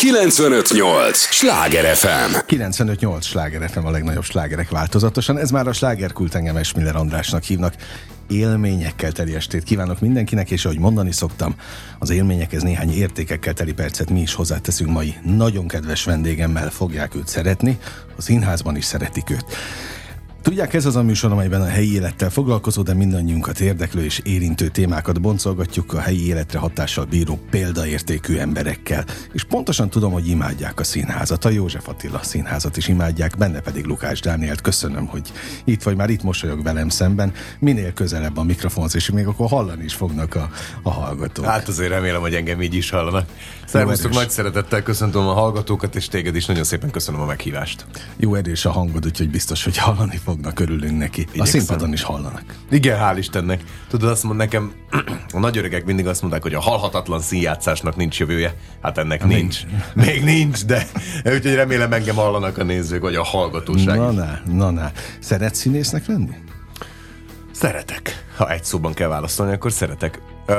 95.8 Sláger FM. 95.8 Sláger FM, a legnagyobb slágerek változatosan. Ez már a slágerkult, engem Esmiller Andrásnak hívnak. Élményekkel teli estét kívánok mindenkinek, és ahogy mondani szoktam, az élményekhez néhány értékekkel teli percet mi is hozzáteszünk mai nagyon kedves vendégemmel. Fogják őt szeretni, a színházban is szeretik őt. Tudják, ez az a műsor, amelyben a helyi élettel foglalkozó, de mindannyiunkat érdeklő és érintő témákat boncolgatjuk a helyi életre hatással bíró példaértékű emberekkel. És pontosan tudom, hogy imádják a színházat, a József Attila színházat is imádják, benne pedig Lukács Dánielt. Köszönöm, hogy itt vagy, már itt mosolyog velem szemben. Minél közelebb a mikrofonhoz, és még akkor hallani is fognak a hallgatók. Hát azért remélem, hogy engem így is hallanak. Szervusztok, nagy szeretettel köszöntöm a hallgatókat, és téged is nagyon szépen köszönöm a meghívást. Jó erős a hangod, úgyhogy biztos, hogy hallani fognak, örülünk neki. Igyekszem. A színpadon is hallanak. Igen, hál' Istennek. Tudod, azt mond nekem, a nagy öregek mindig azt mondták, hogy a halhatatlan színjátszásnak nincs jövője. Hát ennek nincs. Még nincs, de úgyhogy remélem engem hallanak a nézők, vagy a hallgatóság. Na. Szeretsz színésznek lenni? Szeretek. Ha egy szóban kell válaszolni, akkor szeretek.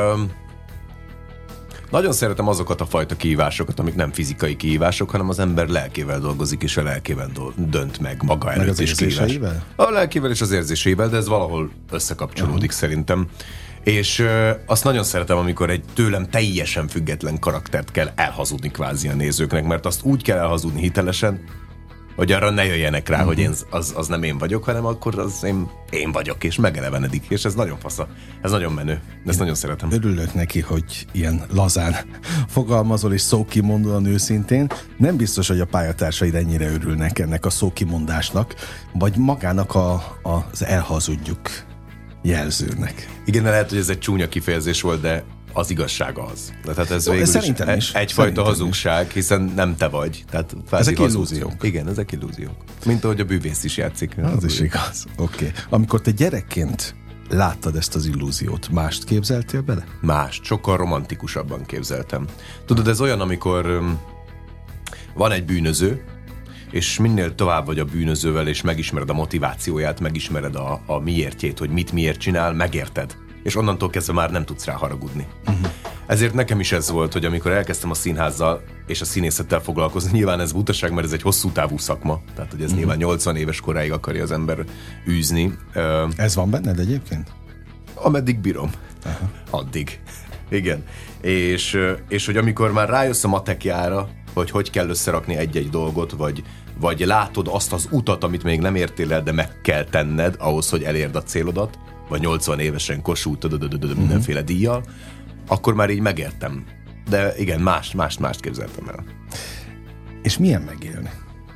Nagyon szeretem azokat a fajta kihívásokat, amik nem fizikai kihívások, hanem az ember lelkével dolgozik, és a lelkével dönt meg maga előtt. Meg az érzéseivel? A lelkével és az érzéseivel, de ez valahol összekapcsolódik szerintem. És azt nagyon szeretem, amikor egy tőlem teljesen független karaktert kell elhazudni kvázi a nézőknek, mert azt úgy kell elhazudni hitelesen, hogy arra ne jöjjenek rá, hogy az nem én vagyok, hanem akkor az én vagyok, és megelevenedik, és ez nagyon fasza, ez nagyon menő, ezt nagyon szeretem. Örülök neki, hogy ilyen lazán fogalmazol és szókimondóan őszintén. Nem biztos, hogy a pályatársaid ennyire örülnek ennek a szókimondásnak, vagy magának az elhazudjuk jelzőnek. Igen, de lehet, hogy ez egy csúnya kifejezés volt, de az igazság az. Tehát ez végül is egyfajta hazugság, hiszen nem te vagy. Tehát ezek illúziók. Igen, ezek illúziók. Mint ahogy a bűvész is játszik. Az is igaz. Oké. Amikor te gyerekként láttad ezt az illúziót, mást képzeltél bele? Mást, sokkal romantikusabban képzeltem. Tudod, ez olyan, amikor van egy bűnöző, és minél tovább vagy a bűnözővel, és megismered a motivációját, megismered a miértjét, hogy mit miért csinál, megérted. És onnantól kezdve már nem tudsz rá haragudni. Ezért nekem is ez volt, hogy amikor elkezdtem a színházzal és a színészettel foglalkozni, nyilván ez butaság, mert ez egy hosszú távú szakma, tehát hogy ez nyilván 80 éves koráig akarja az ember űzni. Ez van benned egyébként? Ameddig bírom. Aha. Addig. Igen. És hogy amikor már rájössz a matekjára, hogy kell összerakni egy-egy dolgot, vagy látod azt az utat, amit még nem értél el, de meg kell tenned ahhoz, hogy elérd a célodat, vagy 80 évesen Kossuth mindenféle díjjal, akkor már így megértem. De igen, mást képzeltem el. És milyen megélni?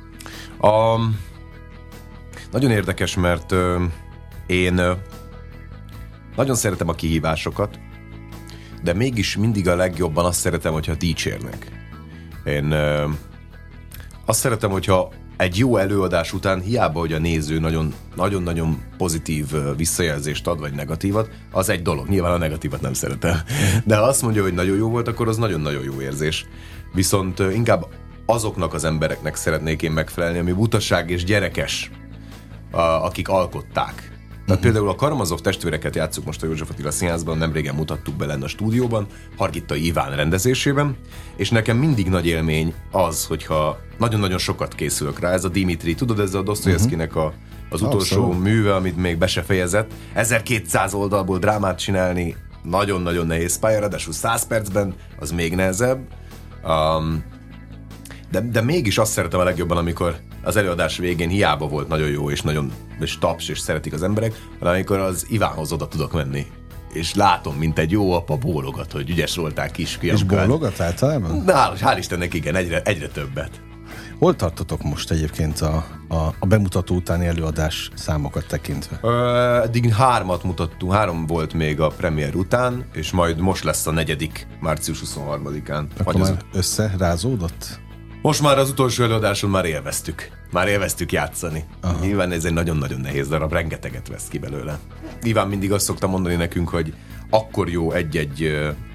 Nagyon érdekes, mert én nagyon szeretem a kihívásokat, de mégis mindig a legjobban azt szeretem, hogyha dicsérnek. Én azt szeretem, hogyha egy jó előadás után, hiába, hogy a néző nagyon-nagyon pozitív visszajelzést ad, vagy negatívat, az egy dolog. Nyilván a negatívat nem szeretem. De ha azt mondja, hogy nagyon jó volt, akkor az nagyon-nagyon jó érzés. Viszont inkább azoknak az embereknek szeretnék én megfelelni, ami butaság és gyerekes, akik alkották. Tehát például a Karamazov testvéreket játsszuk most a József Attila Színházban, nemrégen mutattuk be lenne a stúdióban, Hargittai Iván rendezésében, és nekem mindig nagy élmény az, hogyha nagyon-nagyon sokat készülök rá. Ez a Dimitri, tudod, ez a Dosztojevszkinek az utolsó műve, amit még be se fejezett. 1200 oldalból drámát csinálni nagyon-nagyon nehéz pálya, ráadásul 100 percben, az még nehezebb. De mégis azt szeretem a legjobban, amikor az előadás végén hiába volt nagyon jó, és nagyon taps, és szeretik az emberek, hanem amikor az Ivánhoz oda tudok menni. És látom, mint egy jó apa bólogat, hogy ügyes voltál, kisfiam. És bólogat általában? Na, hál' Istennek, igen, egyre többet. Hol tartotok most egyébként a bemutató utáni előadás számokat tekintve? Eddig 3 mutattunk, 3 volt még a premier után, és majd most lesz a 4. március 23-án. Akkor már összerázódott? Most már az utolsó előadáson már élveztük játszani. Aha. Nyilván ez egy nagyon-nagyon nehéz darab, rengeteget vesz ki belőle. Iván mindig azt szokta mondani nekünk, hogy akkor jó egy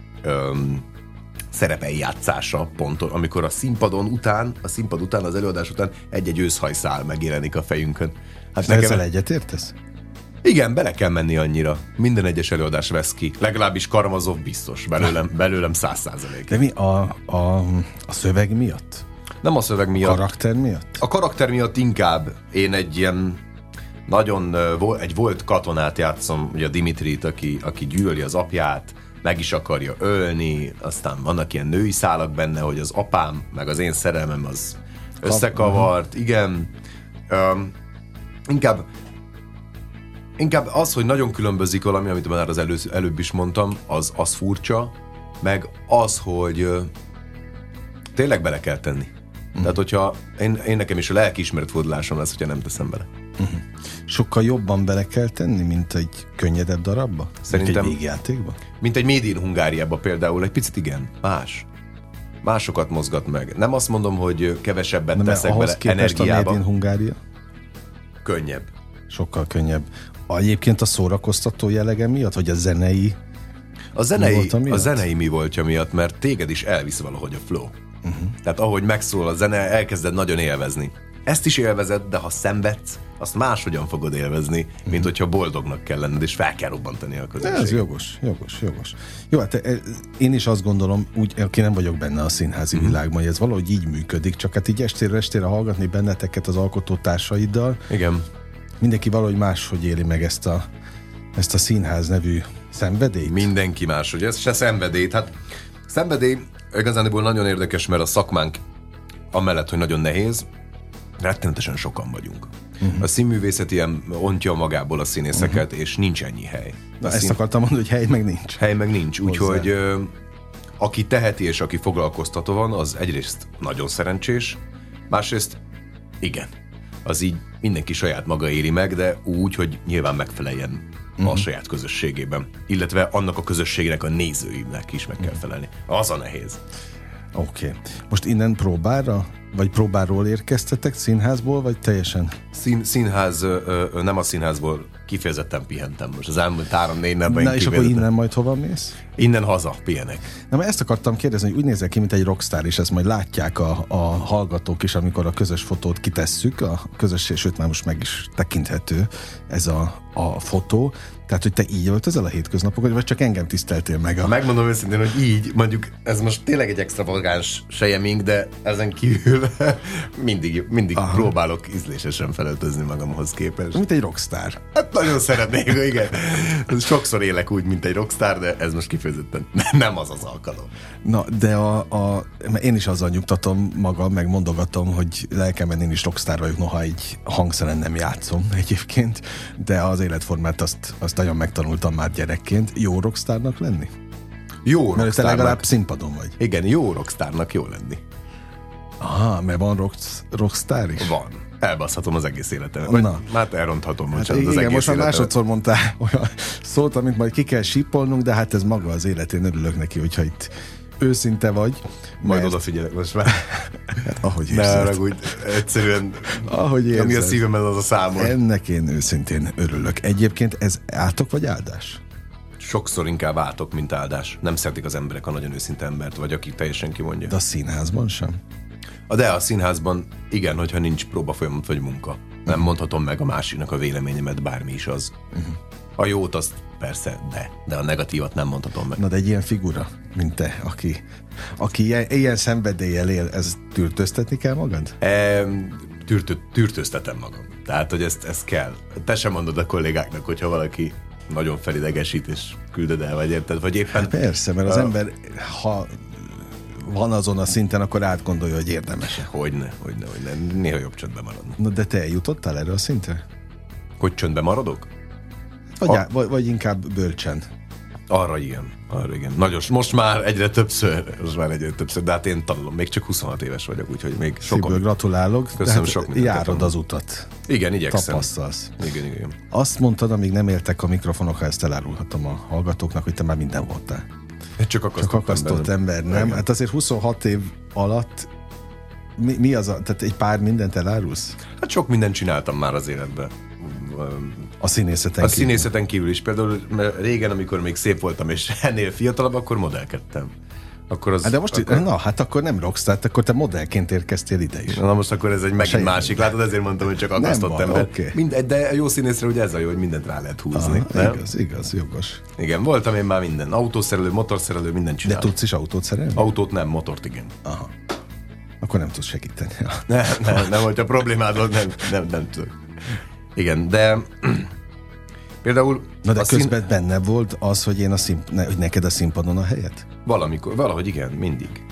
szerepeljátszása ponton, amikor a színpad után, az előadás után egy-egy őszhajszál megjelenik a fejünkön. Hát nekem... Ezzel egyetértesz? Igen, bele kell menni annyira. Minden egyes előadás vesz ki. Legalábbis Karamazov biztos. Belőlem 100%. De mi a szöveg miatt? Nem a szöveg miatt. Karakter miatt? A karakter miatt inkább. Én egy ilyen egy volt katonát játszom, ugye a Dimitrit, aki gyűlöli az apját, meg is akarja ölni, aztán vannak ilyen női szálak benne, hogy az apám, meg az én szerelmem az összekavart, igen. Inkább az, hogy nagyon különbözik valami, amit már az előbb is mondtam, az furcsa, meg az, hogy tényleg bele kell tenni. Tehát, hogyha én nekem is a lelkiismeret fordulásom lesz, hogyha nem teszem bele. Sokkal jobban bele kell tenni, mint egy könnyedebb darabba? Szerintem, mint egy végjátékba? Mint egy Made in Hungáriába például, egy picit igen, másokat mozgat meg. Nem azt mondom, hogy kevesebbet teszek bele energiába. A Made in Hungária? Könnyebb. Sokkal könnyebb. Egyébként a szórakoztató jellege miatt, vagy a zenei a zenei mi voltja miatt, mert téged is elvisz valahogy a flow. Tehát ahogy megszól a zene, elkezded nagyon élvezni. Ezt is élvezed, de ha szenvedsz, azt máshogyan fogod élvezni, mint hogyha boldognak kell lenned, és fel kell robbantani a közönséget. Ez jogos. Jó, hát én is azt gondolom, úgy, aki nem vagyok benne a színházi világban, hogy ez valahogy így működik, csak hát így estére hallgatni benneteket az alkotótársaiddal. Igen. Mindenki valahogy máshogy éli meg ezt a színház nevű szenvedélyt. Mindenki máshogy, ez se szenvedély. Hát szenvedély igazából nagyon érdekes, mert a szakmánk amellett, hogy nagyon nehéz, rettenetesen sokan vagyunk. A színművészet ilyen ontja magából a színészeket, és nincs ennyi hely. Ezt akartam mondani, hogy hely meg nincs. Úgyhogy aki teheti és aki foglalkoztató van, az egyrészt nagyon szerencsés, másrészt igen. Az így mindenki saját maga éli meg, de úgy, hogy nyilván megfeleljen a saját közösségében. Illetve annak a közösségnek a nézőinek is meg kell felelni. Az a nehéz. Oké. Most innen próbára, vagy próbáról érkeztetek színházból, vagy teljesen? Színház, nem a színházból, kifejezetten pihentem most. Az elmúlt 3-4 napban. Na és akkor innen majd hova mész? Innen haza, pihenek. Na, mert ezt akartam kérdezni, hogy úgy nézel ki, mint egy rockstar, és ezt majd látják a hallgatók is, amikor a közös fotót kitesszük, a közös, sőt már most meg is tekinthető ez a fotó. Tehát, hogy te így öltözel a hétköznapokat, vagy csak engem tiszteltél meg? Megmondom őszintén, hogy így, mondjuk ez most tényleg egy extravagáns sejeming, de ezen kívül mindig próbálok ízlésesen felöltözni magamhoz képest. Mint egy rockstar. Hát nagyon szeretnék, igen. Sokszor élek úgy, mint egy rockstar, de ez most kifejezetten nem az alkalom. Na, de én is azzal nyugtatom magam, meg mondogatom, hogy lelkemben én is rockstar vagyok, noha egy hangszeren nem játszom egyébként, de az életformát azt nagyon megtanultam már gyerekként. Jó rockstarnak lenni? Jó rockstarnak. Mert te legalább színpadon vagy. Igen, jó rockstarnak jó lenni. Aha, mert van rockstar is? Van. Elbaszhatom az egész életemet. Na. Már elronthatom hát az egész életemet. Most már másodszor mondtál olyan szót, amit majd ki kell sípolnunk, de hát ez maga az élet. Én örülök neki, hogyha itt őszinte vagy. Majd odafigyelek most már. Hát, ahogy érzed. Ne haragudj, egyszerűen ahogy érzed. Ami a szívemben az a számol. Ennek én őszintén örülök. Egyébként ez átok vagy áldás? Sokszor inkább átok, mint áldás. Nem szeretik az emberek a nagyon őszinte embert, vagy aki teljesen kimondja. De a színházban sem? De a színházban igen, hogyha nincs próbafolyamat vagy munka. Nem mondhatom meg a másiknak a véleményemet, bármi is az. A jót azt persze, de a negatívat nem mondhatom meg. Na, de egy ilyen figura, mint te, aki ilyen szenvedéllyel él, ez tűrtöztetni kell magad? Tűrtöztetem magam. Tehát, hogy ezt kell. Te sem mondod a kollégáknak, hogyha valaki nagyon felidegesít, és küldöd el, vagy érted? Vagy éppen... Hát persze, mert az ember, ha van azon a szinten, akkor átgondolja, hogy érdemes-e. Hogyne. Néha jobb csöndbe maradni. Na, de te eljutottál erre a szintre? Hogy csöndbe maradok? Vagy inkább bölcsen. Arra igen. Nagyon, most már egyre többször, de hát én tanulom, még csak 26 éves vagyok, úgyhogy még sokan. Szívből gratulálok. Köszönöm, sok mindent. Járod az utat. Igen, igyekszem. Tapasztalsz. Igen. Azt mondtad, amíg nem éltek a mikrofonok, ha ezt elárulhatom a hallgatóknak, hogy te már minden voltál. Csak akasztott ember, nem? Igen. Hát azért 26 év alatt mi az tehát egy pár mindent elárulsz? Hát sok mindent csináltam már az életben. A színészeten kívül is. Például régen, amikor még szép voltam, és ennél fiatalabb, akkor modellkedtem. akkor az... De most, akkor nem rockstar, akkor te modellként érkeztél ide is. Na most akkor ez egy megint másik, látod, ezért mondtam, hogy csak akasztott ember. Okay. De a jó színészre ugye ez a jó, hogy mindent rá lehet húzni. Igaz, jogos. Igen, voltam én már minden. Autószerelő, motorszerelő, mindent csinálom. De tudsz is autót szerelni? Autót nem, motort igen. Aha. Akkor nem tudsz segíteni. Nem, hogyha problémád van, nem tudok. Igen, de például... Na de közben benne volt az, hogy hogy neked a színpadon a helyet? Valahogy igen, mindig.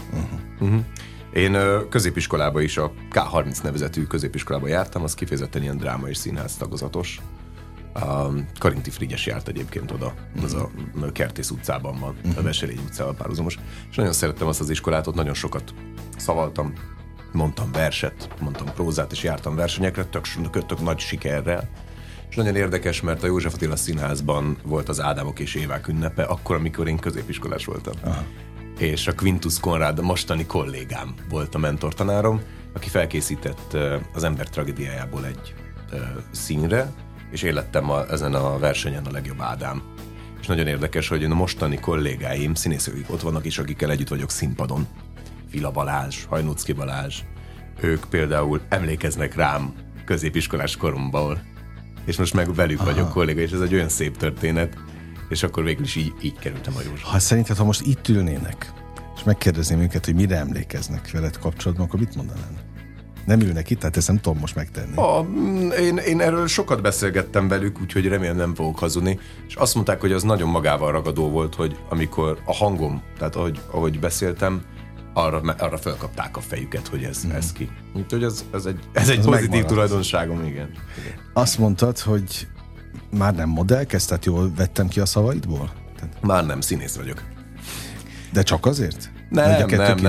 Én középiskolába is, a K30 nevezetű középiskolába jártam, az kifejezetten ilyen dráma és színház tagozatos. A Karinti Frigyes járt egyébként oda, az a Kertész utcában van, a Veselény utcával párhuzamos. És nagyon szerettem azt az iskolát, ott nagyon sokat szavaltam, mondtam verset, mondtam prózát, és jártam versenyekre, tök nagy sikerrel. És nagyon érdekes, mert a József Attila Színházban volt az Ádámok és Évák ünnepe, akkor, amikor én középiskolás voltam. Aha. És a Quintus Konrád, a mostani kollégám volt a mentortanárom, aki felkészített az Ember tragédiájából egy színre, és én lettem ezen a versenyen a legjobb Ádám. És nagyon érdekes, hogy a mostani kollégáim, színészek ott vannak is, akikkel együtt vagyok színpadon. Fila Balázs, Hajnóczki Balázs, ők például emlékeznek rám középiskolás koromból, és most meg velük vagyok kolléga, és ez egy olyan szép történet, és akkor végül is így kerültem a József. Ha szerinted, ha most itt ülnének, és megkérdezném őket, hogy mire emlékeznek veled kapcsolatban, akkor mit mondanám? Nem ülnek itt, tehát ezt nem tudom most megtenni. Én erről sokat beszélgettem velük, úgyhogy remélem nem fogok hazudni, és azt mondták, hogy az nagyon magával ragadó volt, hogy amikor a hangom, tehát ahogy beszéltem, arra felkapták a fejüket, hogy ez ki. Úgyhogy ez egy pozitív tulajdonságom, igen. Azt mondtad, hogy már nem modellkezz, tehát jól vettem ki a szavaidból? Már nem, színész vagyok. De csak azért? Nem.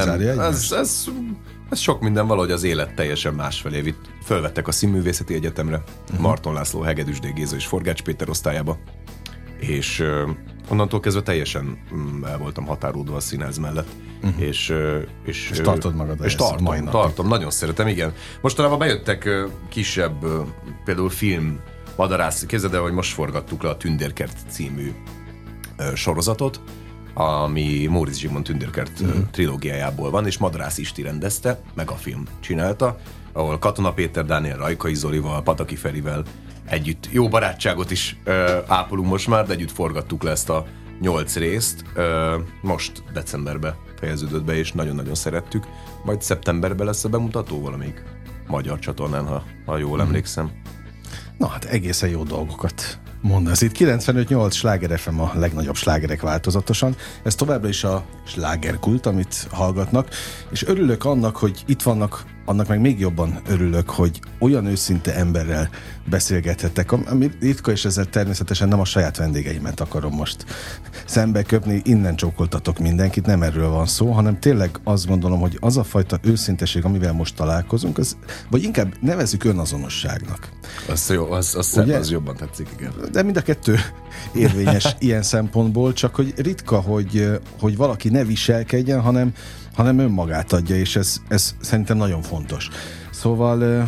Ez sok minden, valahogy az élet teljesen másfelé vitt. Fölvettek a Színművészeti Egyetemre, Marton László, Hegedűsdé Géza és Forgács Péter osztályába, és onnantól kezdve teljesen el voltam határódva a színház mellett. És tartod magad és tartom, nagyon szeretem, igen. Mostanában bejöttek kisebb, például film, Madarász, képzeld el, hogy most forgattuk le a Tündérkert című sorozatot, ami Móricz Zsigmond Tündérkert trilógiájából van, és Madarász Isti rendezte, meg a film csinálta, ahol Katona Péter Dániel, Rajkai Zolival, Pataki Ferivel együtt jó barátságot is ápolunk most már, de együtt forgattuk le ezt a 8 részt. Most decemberben fejeződött be, és nagyon-nagyon szerettük. Majd szeptemberben lesz a bemutató valamelyik magyar csatornán, ha jól emlékszem. Na hát egészen jó dolgokat mondasz. Itt 95.8 Sláger FM, a legnagyobb slágerek változatosan. Ez továbbra is a slágerkult, amit hallgatnak, és örülök annak, hogy itt vannak, annak meg még jobban örülök, hogy olyan őszinte emberrel beszélgethettek, ami ritka, és ezzel természetesen nem a saját vendégeimet akarom most szembe köpni, innen csókoltatok mindenkit, nem erről van szó, hanem tényleg azt gondolom, hogy az a fajta őszinteség, amivel most találkozunk, vagy inkább nevezzük önazonosságnak. Az jó, az jobban tetszik, igen. De mind a kettő érvényes ilyen szempontból, csak hogy ritka, hogy valaki ne viselkedjen, hanem önmagát adja, és ez szerintem nagyon fontos. Szóval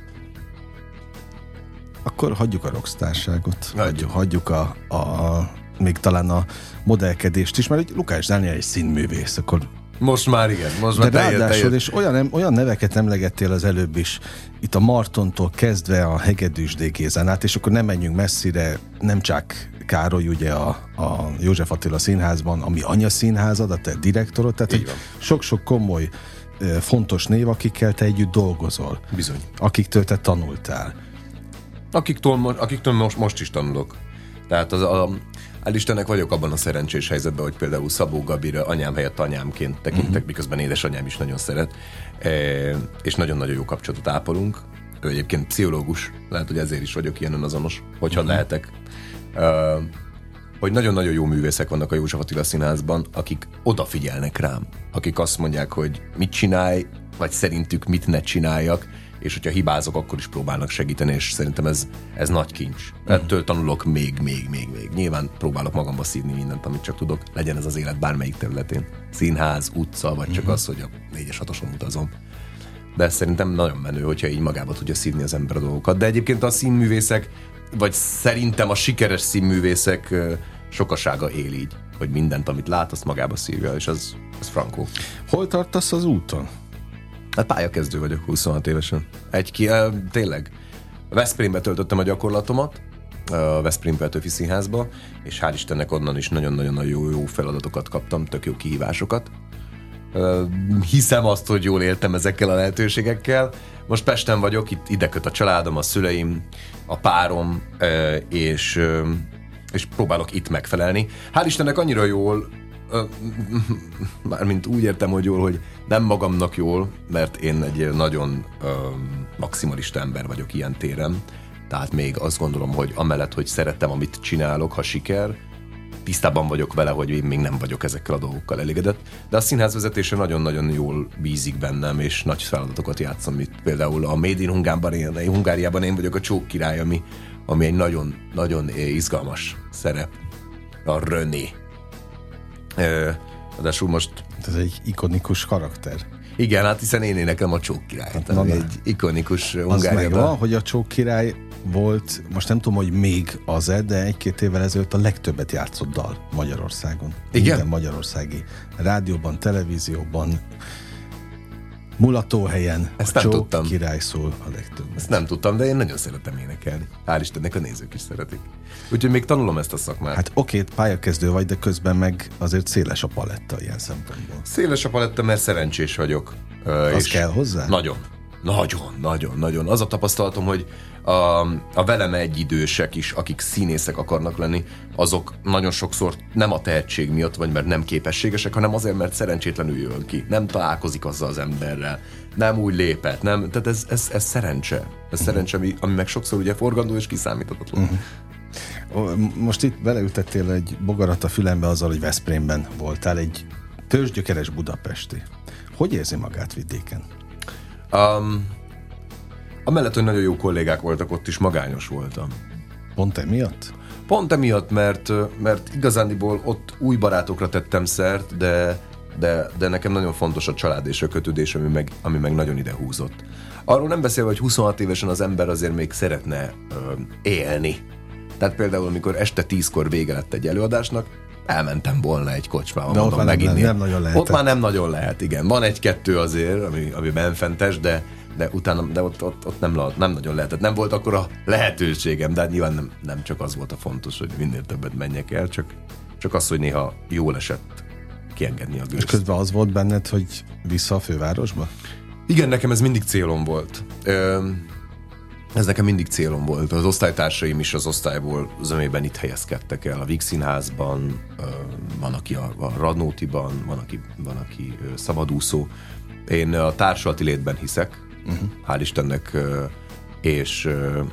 akkor hagyjuk a rockstárságot, hagyjuk még talán a modellkedést is, mert Lukács Dániel egy színművész, akkor most már igen. De ráadásul, és olyan neveket emlegettél az előbb is, itt a Martontól kezdve a Hegedűsdé Gézán át, és akkor nem menjünk messzire, nem csak Károly ugye a József Attila Színházban, ami anyaszínházad, a te direktorod, tehát sok-sok komoly, fontos név, akikkel te együtt dolgozol. Bizony. Akiktől te tanultál. Akiktől most is tanulok. Tehát hál' Istennek vagyok abban a szerencsés helyzetben, hogy például Szabó Gabira anyám helyett anyámként tekintek, miközben édesanyám is nagyon szeret, és nagyon-nagyon jó kapcsolatot ápolunk. Ő egyébként pszichológus, lehet, hogy ezért is vagyok ilyen önazonos, hogyha lehetek. Hogy nagyon-nagyon jó művészek vannak a József Attila Színházban, akik odafigyelnek rám, akik azt mondják, hogy mit csinálj, vagy szerintük mit ne csináljak, és hogyha hibázok, akkor is próbálnak segíteni, és szerintem ez nagy kincs. Ettől tanulok még. Nyilván próbálok magamba szívni mindent, amit csak tudok, legyen ez az élet bármelyik területén. Színház, utca, vagy csak az, hogy a 4-es 6-oson utazom. De szerintem nagyon menő, hogyha így magába tudja szívni az ember a dolgokat. De egyébként a színművészek, vagy szerintem a sikeres színművészek sokasága él így, hogy mindent, amit lát, azt magába szívja, és ez frankó. Hol tartasz az úton? Hát pályakezdő vagyok 26 évesen. Tényleg. Veszprémbe töltöttem a gyakorlatomat, a Veszprém Petőfi Színházba, és hál' Istennek onnan is nagyon-nagyon jó feladatokat kaptam, tök jó kihívásokat. Hiszem azt, hogy jól éltem ezekkel a lehetőségekkel. Most Pesten vagyok, itt ide köt a családom, a szüleim, a párom, és próbálok itt megfelelni. Hál' Istennek annyira jól, mármint úgy értem, hogy jól, hogy nem magamnak jól, mert én egy nagyon maximalista ember vagyok ilyen téren. Tehát még azt gondolom, hogy amellett, hogy szeretem, amit csinálok, ha siker, tisztában vagyok vele, hogy én még nem vagyok ezekkel a dolgokkal elégedett. De a színház vezetése nagyon-nagyon jól bízik bennem, és nagy feladatokat játszom. Itt például a Made in Hungáriában én vagyok a Csók király, ami egy nagyon izgalmas szerep. A René. Adásul most... Ez egy ikonikus karakter. Igen, hát hiszen én éneklem a Csók királyt. Hát, egy ikonikus Hungáriában. Az megvan, hogy a Csók király volt, most nem tudom, hogy még az-e, de 1-2 évvel ezelőtt a legtöbbet játszott dal Magyarországon. Igen? Minden magyarországi rádióban, televízióban, mulatóhelyen ezt a nem Csók tudtam. Király szól a legtöbbet. Ezt nem tudtam, de én nagyon szeretem énekelni. Hál' Istennek a nézők is szeretik. Úgyhogy még tanulom ezt a szakmát. Hát oké, pályakezdő vagy, de közben meg azért széles a paletta ilyen szempontból. Széles a paletta, mert szerencsés vagyok. Az kell hozzá? Nagyon. Az a tapasztalatom, hogy a velem egyidősek is, akik színészek akarnak lenni, azok nagyon sokszor nem a tehetség miatt, vagy mert nem képességesek, hanem azért, mert szerencsétlenül jön ki. Nem találkozik azzal az emberrel, nem úgy lépett, nem. Tehát ez szerencse. Ez szerencse, ami meg sokszor ugye forgandó és kiszámíthatatlan. Most itt beleültettél egy bogarat a fülembe azzal, hogy Veszprémben voltál, egy tőzsgyökeres budapesti. Hogy érzi magát vidéken? Amellett, hogy nagyon jó kollégák voltak, ott is magányos voltam. Pont emiatt? Pont emiatt, mert igazándiból ott új barátokra tettem szert, de nekem nagyon fontos a család és a kötődés, ami meg nagyon ide húzott. Arról nem beszélve, hogy 26 évesen az ember azért még szeretne élni. Tehát például, amikor este 10-kor vége lett egy előadásnak, elmentem volna egy kocsmába, mondom meginni. Nem nagyon lehet. Ott már nem nagyon lehet, igen. Van egy-kettő azért, ami benfentes, de utána ott nem nagyon lehetett. Nem volt akkor a lehetőségem, de hát nyilván nem csak az volt a fontos, hogy minél többet menjek el, csak az, hogy néha jól esett kiengedni a gőzt. És közben az volt benned, hogy vissza a fővárosba? Igen, nekem ez mindig célom volt. Ez nekem mindig célom volt. Az osztálytársaim is az osztályból zömében itt helyezkedtek el. A Víg Színházban, van, aki a Radnótiban, van, aki szabadúszó. Én a társulati létben hiszek, hál' Istennek, és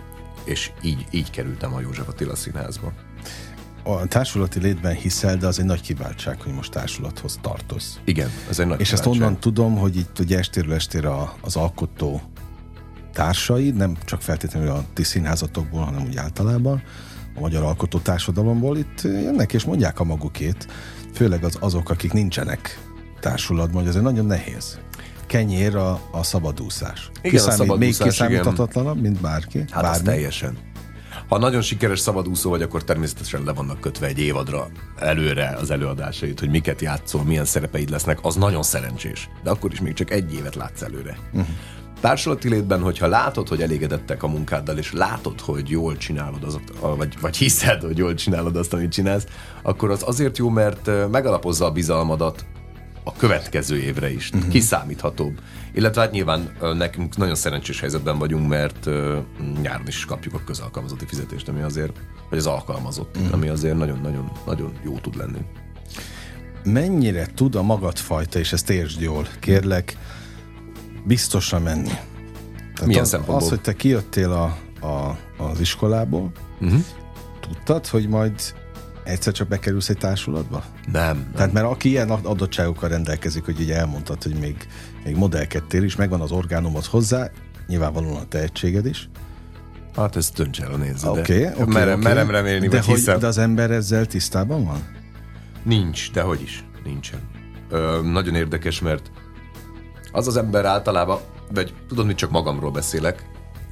így kerültem a József Attila Színházba. A társulati létben hiszel, de az egy nagy kiváltság, hogy most társulathoz tartozz. Igen, ez egy nagy És kiváltság. ezt onnan tudom, hogy itt ugye estéről estére az alkotó társai, nem csak feltétlenül a ti színházatokból, hanem úgy általában, a magyar alkotó társadalomból itt jönnek és mondják a magukét, főleg azok, akik nincsenek társulatban, hogy ez nagyon nehéz. Kenyér a szabadúszás. Igen, a szabadúszás, még kiszámíthatatlanabb, mint bárki. Hát az teljesen. Ha nagyon sikeres szabadúszó vagy, akkor természetesen le vannak kötve egy évadra előre az előadásait, hogy miket játszol, milyen szerepeid lesznek, az nagyon szerencsés. De akkor is még csak egy évet látsz előre. Társulati létben, hogyha látod, hogy elégedettek a munkáddal, és látod, hogy jól csinálod vagy hiszed, hogy jól csinálod azt, amit csinálsz, akkor az azért jó, mert megalapozza a bizalmadat a következő évre is. Kiszámíthatóbb. Illetve hát nyilván nekünk nagyon szerencsés helyzetben vagyunk, mert nyáron is kapjuk a közalkalmazotti fizetést, ami azért, vagy az alkalmazott, ami azért nagyon jó tud lenni. Mennyire tud a magadfajta, és ezt értsd jól, kérlek, biztosra menni? Tehát milyen szempontból? Az, hogy te kijöttél az iskolából, tudtad, hogy majd egyszer csak bekerülsz egy társulatba? Nem. Tehát mert aki ilyen adottságokkal rendelkezik, hogy így elmondtad, hogy még modellkedtél is, megvan az orgánumod hozzá, nyilvánvalóan a tehetséged is. Hát ezt dönts el a néző. Okay. Merem remélni, vagy hiszem. De az ember ezzel tisztában van? Nincs, dehogy is. Nincsen. Nagyon érdekes, mert az ember általában, vagy tudod, mit csak magamról beszélek,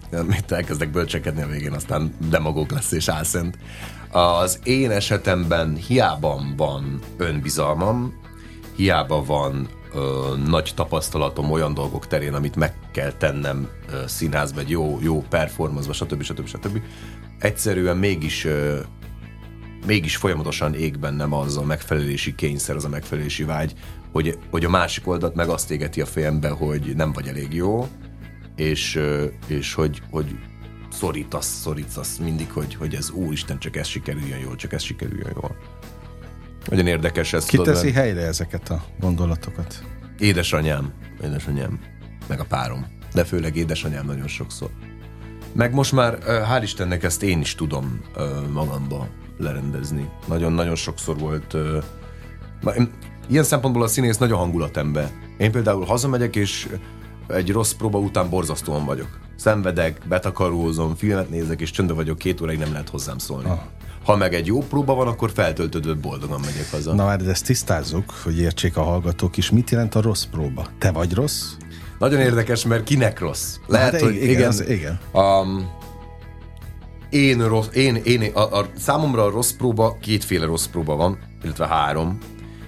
Mit elkezdek bölcsekedni a végén, aztán demagóg lesz és álszent. Az én esetemben hiába van önbizalmam, hiába van nagy tapasztalatom olyan dolgok terén, amit meg kell tennem színházba, egy jó performance-ba, stb. Egyszerűen mégis folyamatosan ég bennem az a megfelelési kényszer, az a megfelelési vágy, hogy a másik oldalt meg azt égeti a fejembe, hogy nem vagy elég jó, és hogy szorítasz mindig, hogy ez úristen, csak ez sikerüljön jól. Nagyon érdekes ez. Ki teszi helyre ezeket a gondolatokat? Édesanyám, meg a párom. De főleg édesanyám nagyon sokszor. Meg most már, hál' Istennek, ezt én is tudom magamba lerendezni. Nagyon-nagyon sokszor volt... Ilyen szempontból a színész nagyon hangulatember. Én például hazamegyek, és egy rossz próba után borzasztóan vagyok. Szenvedek, betakarózom, filmet nézek, és csöndben vagyok, 2 óráig nem lehet hozzám szólni. Ha meg egy jó próba van, akkor feltöltődve boldogan megyek haza. Na már ezt tisztázzuk, hogy értsék a hallgatók is. Mit jelent a rossz próba? Te vagy rossz? Nagyon érdekes, mert kinek rossz? Lehet, hogy igen. Számomra a rossz próba, 2 rossz próba van, illetve 3.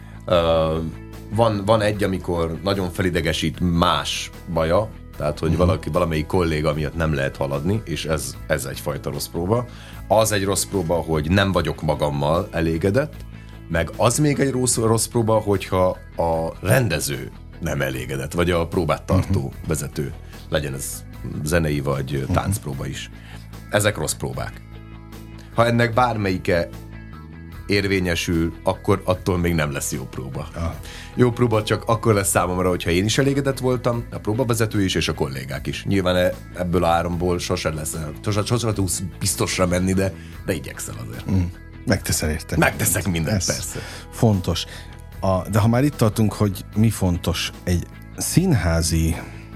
Van egy, amikor nagyon felidegesít más baja, tehát, hogy valamelyik kolléga miatt nem lehet haladni, és ez egyfajta rossz próba. Az egy rossz próba, hogy nem vagyok magammal elégedett, meg az még egy rossz próba, hogyha a rendező nem elégedett, vagy a próbát tartó vezető, legyen ez zenei vagy táncpróba is. Ezek rossz próbák. Ha ennek bármelyike érvényesül, akkor attól még nem lesz jó próba. Jó próba csak akkor lesz számomra, hogyha én is elégedett voltam, a próbavezető is, és a kollégák is. Nyilván ebből a 3-ból sose tudsz biztosra menni, de igyekszel azért. Megteszel érte. Megteszek mindent, persze. Fontos. De ha már itt tartunk, hogy mi fontos, egy színházi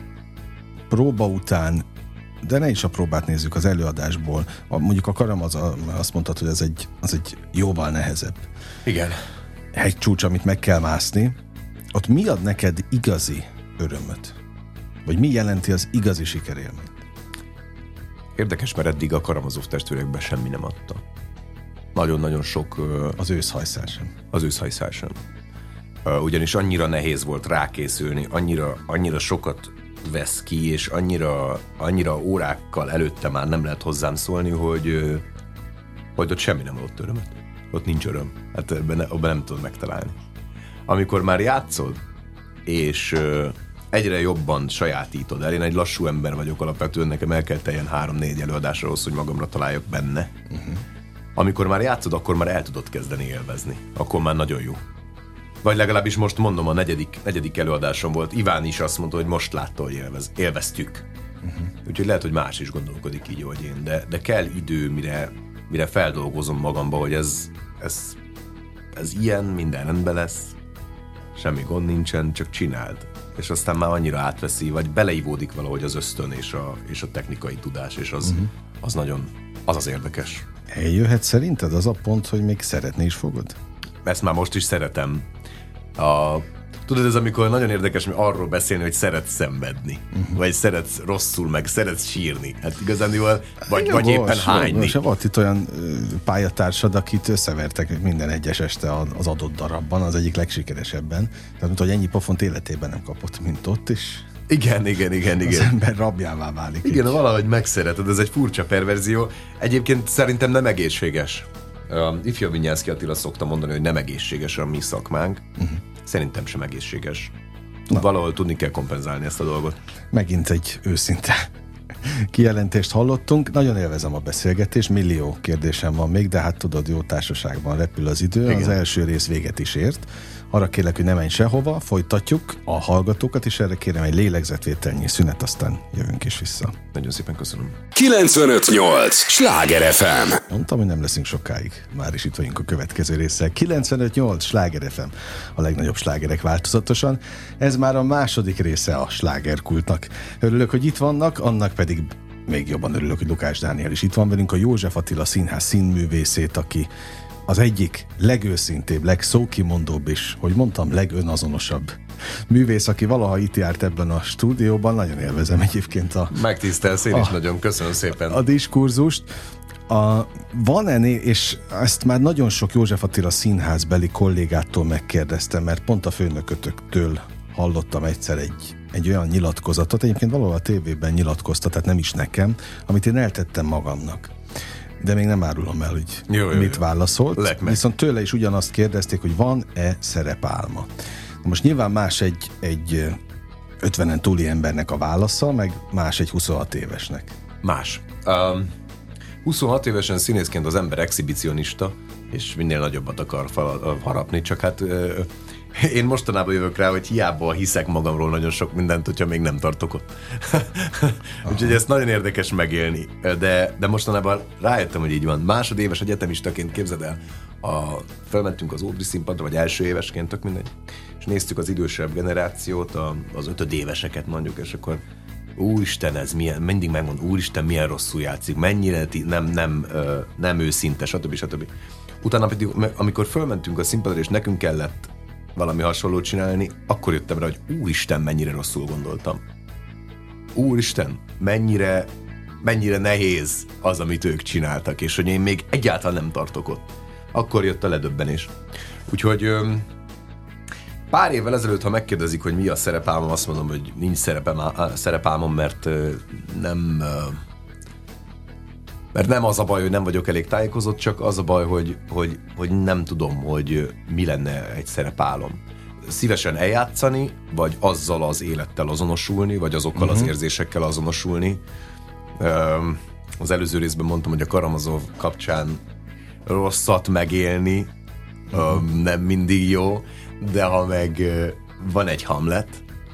próba után, de ne is a próbát nézzük az előadásból. Mondjuk a Karam azt mondtad, hogy az egy jóval nehezebb. Igen. Egy csúcs, amit meg kell mászni. Ott mi ad neked igazi örömöt? Vagy mi jelenti az igazi sikerélményt? Érdekes, mert eddig a Karamazov testvérekben semmi nem adta. Nagyon-nagyon sok... Az őszhajszál sem. Az őszhajszál sem. Ugyanis annyira nehéz volt rákészülni, annyira sokat vesz ki, és annyira órákkal előtte már nem lehet hozzám szólni, hogy ott semmi nem adott örömet. Ott nincs öröm. Hát abban nem tudod megtalálni. Amikor már játszol, és egyre jobban sajátítod el, én egy lassú ember vagyok alapvetően, nekem el kell teljen 3-4 előadásra ahhoz, hogy magamra találjak benne. Amikor már játszod, akkor már el tudod kezdeni élvezni. Akkor már nagyon jó. Vagy legalábbis most mondom, a negyedik előadásom volt. Iván is azt mondta, hogy most látta, hogy élveztük. Úgyhogy lehet, hogy más is gondolkodik így, hogy én. De kell idő, mire feldolgozom magamba, hogy ez ilyen, minden rendben lesz, semmi gond nincsen, csak csináld. És aztán már annyira átveszi, vagy beleivódik valahogy az ösztön és a technikai tudás, és az nagyon, az érdekes. Eljöhet szerinted az a pont, hogy még szeretni is fogod? Ezt már most is szeretem. Tudod, ez amikor nagyon érdekes arról beszélni, hogy szeretsz szenvedni. Vagy szeretsz rosszul, meg szeretsz sírni. Hát igazándiból, vagy éppen hányni. Volt itt olyan pályatársad, akit összevertek minden egyes este az adott darabban, az egyik legsikeresebben. Tehát, mint hogy ennyi pofont életében nem kapott, mint ott is. Igen. Az ember rabjává válik. Igen, valahogy megszereted, ez egy furcsa perverzió. Egyébként szerintem nem egészséges. Ifja Vinyánszky Attila szokta mondani, hogy nem egészséges a mi szakmánk. Szerintem sem egészséges. Valahol tudni kell kompenzálni ezt a dolgot. Megint egy őszinte kijelentést hallottunk. Nagyon élvezem a beszélgetést, millió kérdésem van még, de hát tudod, jó társaságban repül az idő. Igen. Az első rész véget is ért. Arra kérlek, hogy ne menj sehova, folytatjuk a hallgatókat, és erre kérem egy lélegzetvételnyi szünet, aztán jövünk is vissza. Nagyon szépen köszönöm. 95.8 Sláger FM. Mondtam, hogy nem leszünk sokáig. Már is itt vagyunk a következő résszel. 95.8 Sláger FM. A legnagyobb slágerek változatosan. Ez már a második része a slágerkultnak. Örülök, hogy itt vannak, annak pedig még jobban örülök, hogy Lukács Dániel is itt van velünk, a József Attila Színház színművészét, aki az egyik legőszintébb, legszókimondóbb és, hogy mondtam, legönazonosabb művész, aki valaha itt járt ebben a stúdióban. Nagyon élvezem egyébként megtisztelsz, én is nagyon köszönöm szépen. A diskurzust. Van ennél, és ezt már nagyon sok József Attila színházbeli kollégától megkérdeztem, mert pont a főnökötöktől hallottam egyszer egy olyan nyilatkozatot, egyébként valahol a tévében nyilatkoztat, tehát nem is nekem, amit én eltettem magamnak. De még nem árulom el, hogy mit válaszolt. Viszont tőle is ugyanazt kérdezték, hogy van-e szerepálma. Most nyilván más egy 50-en túli embernek a válasza, meg más egy 26 évesnek. Más. 26 évesen színészként az ember exhibicionista, és minél nagyobbat akar harapni, csak hát én mostanában jövök rá, hogy hiába hiszek magamról nagyon sok mindent, hogyha még nem tartok ott. Úgyhogy ezt nagyon érdekes megélni. De mostanában rájöttem, hogy így van. Másodéves egyetemistaként, képzeld el, felmentünk az Óbri színpadra, vagy első évesként, tök mindegy, és néztük az idősebb generációt, az 5 éveseket mondjuk, és akkor úristen, ez milyen, mindig megmond, úristen, milyen rosszul játszik, mennyire nem őszinte, stb. Utána pedig, amikor fölmentünk a színpadra, és nekünk kellett valami hasonlót csinálni, akkor jöttem rá, hogy úristen, mennyire rosszul gondoltam. Úristen, mennyire nehéz az, amit ők csináltak, és hogy én még egyáltalán nem tartok ott. Akkor jött a ledöbbenés. Úgyhogy pár évvel ezelőtt, ha megkérdezik, hogy mi a szerepálmom, azt mondom, hogy nincs szerepálmom, mert nem az a baj, hogy nem vagyok elég tájékozott, csak az a baj, hogy nem tudom, hogy mi lenne egy szerepálom. Szívesen eljátszani, vagy azzal az élettel azonosulni, vagy azokkal az érzésekkel azonosulni. Az előző részben mondtam, hogy a Karamazov kapcsán rosszat megélni nem mindig jó, de ha meg van egy Hamlet,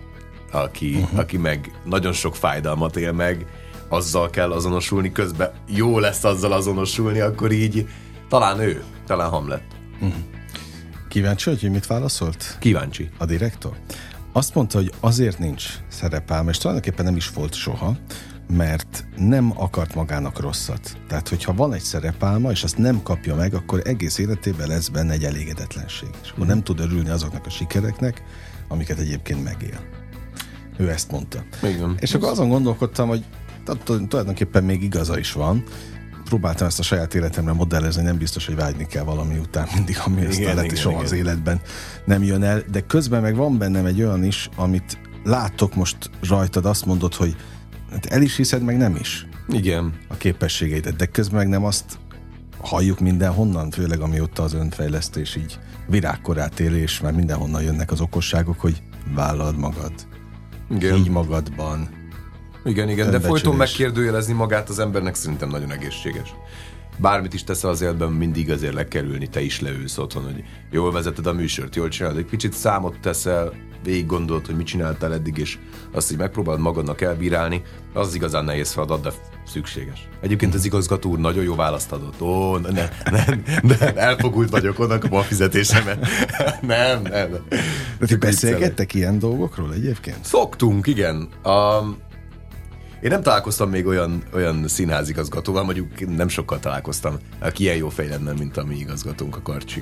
aki meg nagyon sok fájdalmat él meg, azzal kell azonosulni, közben jó lesz azzal azonosulni, akkor így talán Hamlet. Kíváncsi, hogy mit válaszolt? Kíváncsi. A direktor? Azt mondta, hogy azért nincs szerepálma, és tulajdonképpen nem is volt soha, mert nem akart magának rosszat. Tehát, hogyha van egy szerepálma, és azt nem kapja meg, akkor egész életében lesz benne egy elégedetlenség. És akkor nem tud örülni azoknak a sikereknek, amiket egyébként megél. Ő ezt mondta. Igen. És akkor azon gondolkodtam, hogy tulajdonképpen még igaza is van. Próbáltam ezt a saját életemre modellezni, nem biztos, hogy vágyni kell valami után mindig, ami aztán lett is soha az életben nem jön el. De közben meg van bennem egy olyan is, amit látok most rajtad, azt mondod, hogy el is hiszed, meg nem is. Igen. A képességeidet, de közben meg nem azt halljuk mindenhonnan, főleg amióta az önfejlesztés így virágkorát él, és már mindenhonnan jönnek az okosságok, hogy vállald magad. Igen. Így magadban. Igen, de folyton megkérdőjelezni magát az embernek szerintem nagyon egészséges. Bármit is teszel az életben, mindig azért le kell ülni, te is leülsz otthon, hogy jól vezeted a műsort, jól csinálod, egy kicsit számot teszel, végig gondolod, hogy mit csináltál eddig, és azt, hogy megpróbálod magadnak elbírálni, az igazán nehéz feladat, de szükséges. Egyébként az igazgató úr nagyon jó választ adott. Elfogult vagyok, onnan kapom a fizetésemet. Nem. De ti beszélgettek ilyen dolgokról egyébként? Szoktunk, igen. Én nem találkoztam még olyan színházigazgatóval, mondjuk nem sokkal találkoztam, aki ilyen jó fej lenne, mint a mi igazgatónk, a Karcsi.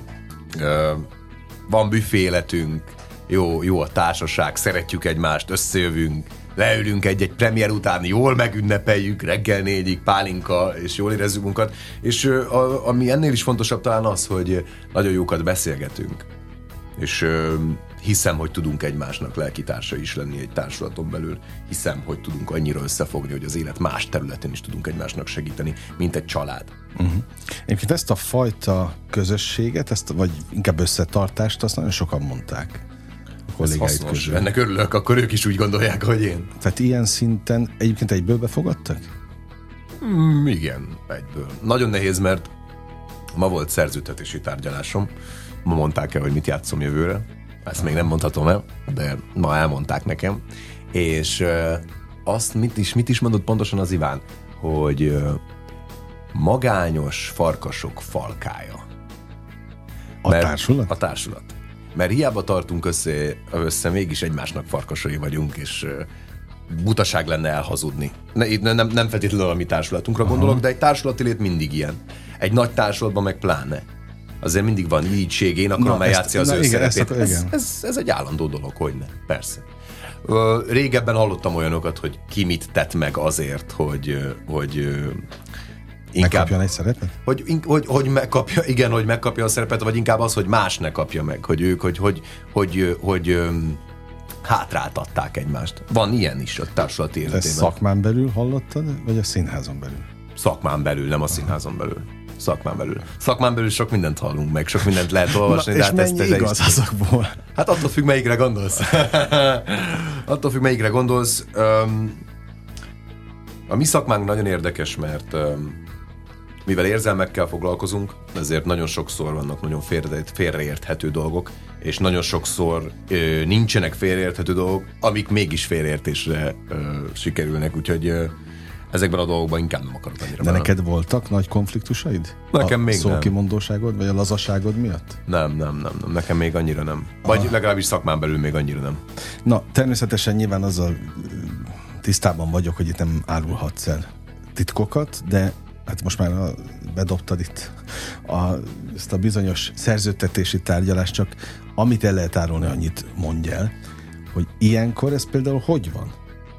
Van büfé életünk, jó a társaság, szeretjük egymást, összejövünk, leülünk egy premier után, jól megünnepeljük, reggel 4-ig, pálinka, és jól érezzük munkat. És ami ennél is fontosabb talán az, hogy nagyon jókat beszélgetünk. És hiszem, hogy tudunk egymásnak lelkitársai is lenni egy társulaton belül. Hiszem, hogy tudunk annyira összefogni, hogy az élet más területén is tudunk egymásnak segíteni, mint egy család. Egyébként ezt a fajta közösséget, vagy inkább összetartást, azt nagyon sokan mondták. Ez hasznos. Ennek örülök, akkor ők is úgy gondolják, hogy én. Tehát ilyen szinten egyébként egyből befogadtak? Igen, egyből. Nagyon nehéz, mert ma volt szerződtetési tárgyalásom. Ma mondták el, hogy mit játszom jövőre. Ezt még nem mondhatom el, de ma elmondták nekem. És azt mit is mondott pontosan az Iván? Hogy magányos farkasok falkája. A társulat? A társulat. Mert hiába tartunk össze mégis egymásnak farkasai vagyunk, és butaság lenne elhazudni. Nem feltétlenül a mi társulatunkra gondolok, de egy társulati lét mindig ilyen. Egy nagy társulatban meg pláne. azért mindig van ígység, én akarom eljátszani az ő szerepét. Igen. Ez egy állandó dolog, hogyne, persze. Régebben hallottam olyanokat, hogy ki mit tett meg azért, hogy megkapjon egy szerepet? Hogy megkapja, igen, hogy megkapja a szerepet, vagy inkább az, hogy más ne kapja meg, hogy ők, hogy hátráltatták egymást. Van ilyen is a társulati életében. Ezt szakmán belül hallottad, vagy a színházon belül? Szakmán belül, nem a színházon belül. Szakmán belül. Szakmán belül sok mindent hallunk meg, sok mindent lehet olvasni. Na, és mennyi igaz azokból? Hát attól függ, melyikre gondolsz. Attól függ, melyikre gondolsz. A mi szakmánk nagyon érdekes, mert mivel érzelmekkel foglalkozunk, ezért nagyon sokszor vannak nagyon félreérthető dolgok, és nagyon sokszor nincsenek félreérthető dolgok, amik mégis félreértésre sikerülnek, úgyhogy ezekben a dolgokban inkább nem akarok annyira. De neked voltak nagy konfliktusaid? Nekem még nem. Szókimondóságod, vagy a lazaságod miatt? Nem. Nekem még annyira nem. Vagy legalábbis szakmán belül még annyira nem. Na, természetesen nyilván azzal tisztában vagyok, hogy itt nem árulhatsz el titkokat, de hát most már bedobtad itt ezt a bizonyos szerződtetési tárgyalást, csak amit el lehet árulni, annyit mondj el, hogy ilyenkor ez például hogy van?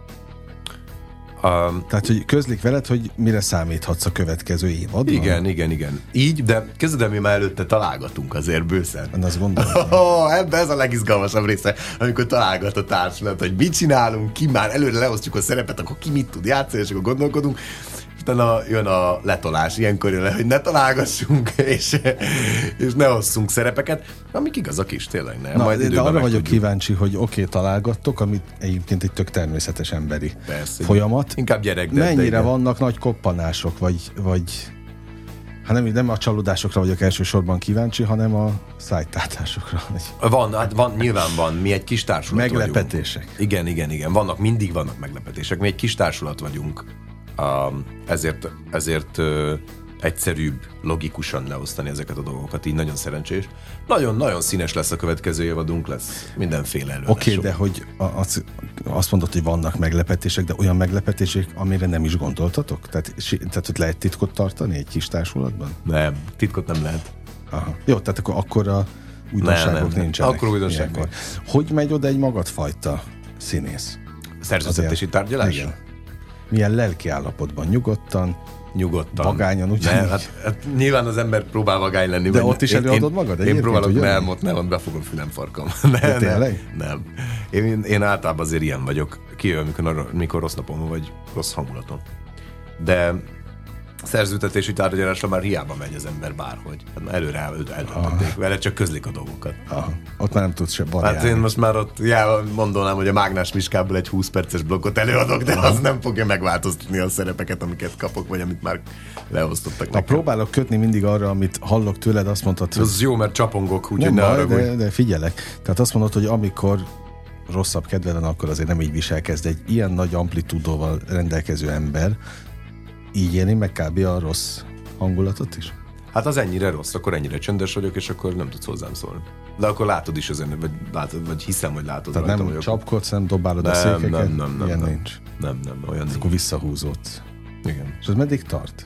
Tehát, hogy közlik veled, hogy mire számíthatsz a következő évadban? Igen. Így, de kezded, mi már előtte találgatunk azért bőszen. Én azt gondolom. Ebben ez a legizgalmasabb része, amikor találgat a társulat, hogy mit csinálunk, ki már előre leosztjuk a szerepet, akkor ki mit tud játszani, és akkor gondolkodunk. Utána jön a letolás, ilyenkor jön le, hogy ne találgassunk, és ne osszunk szerepeket, amik igazak is, tényleg nem. Na, de arra vagyok kíváncsi, hogy oké, találgattok, amit egyébként egy tök természetes emberi folyamat. Inkább gyerek. Mennyire vannak nagy koppanások, vagy hát nem a csalódásokra vagyok elsősorban kíváncsi, hanem a szájtátásokra. Van, nyilván van. Mi egy kis társulat meglepetések. vagyunk. Igen. Mindig vannak meglepetések. Mi egy kis társulat vagyunk. Ezért egyszerűbb logikusan leosztani ezeket a dolgokat, így nagyon szerencsés. Nagyon-nagyon színes lesz a következő évadunk, lesz mindenféle előadások. Oké, de hogy azt mondod, hogy vannak meglepetések, de olyan meglepetések, amire nem is gondoltatok? Tehát hogy lehet titkot tartani egy kis társulatban? Nem, titkot nem lehet. Aha. Jó, tehát akkor a újdonságok nincsenek. Akkor újdonságok. Hogy megy oda egy magadfajta színész? Szerződtetési tárgyalás? Igen. Milyen lelki állapotban? Nyugodtan, vagányan, ugyanígy. Hát nyilván az ember próbál vagány lenni. De ott is előadod magad? Én próbálok, nem, befogom fülemfarkam. Nem. Én általában azért ilyen vagyok. Kijön, mikor rossz napom van, vagy rossz hangulatom. De szerződtetési tárgyalásra már hiába megy az ember bárhogy. Hát előre eldöntötték vele, csak közlik a dolgokat. Aha. Ott már nem tudsz se variálni. Hát én most már ott mondanám, hogy a Mágnás Miskából egy 20 perces blokkot előadok, de az nem fogja megváltoztatni a szerepeket, amiket kapok, vagy amit már leosztottak nekem. Próbálok kötni mindig arra, amit hallok tőled, azt mondtad, hogy... Az jó, mert csapongok, úgyhogy ne arra, de figyelek. Tehát azt mondod, hogy amikor rosszabb kedved van, akkor azért nem így viselkezz, de egy ilyen nagy amplitúdóval rendelkező ember így éli meg kb. A rossz hangulatot is? Hát az ennyire rossz, akkor ennyire csöndes vagyok, és akkor nem tudsz hozzám szólni. De akkor látod is az ennek, vagy hiszem, hogy látod. Tehát rajtam, nem csapkodsz, nem dobálod a székeket? Nem, nincs. Nem, olyan nincs. Akkor visszahúzódsz. Igen. És ez meddig tart?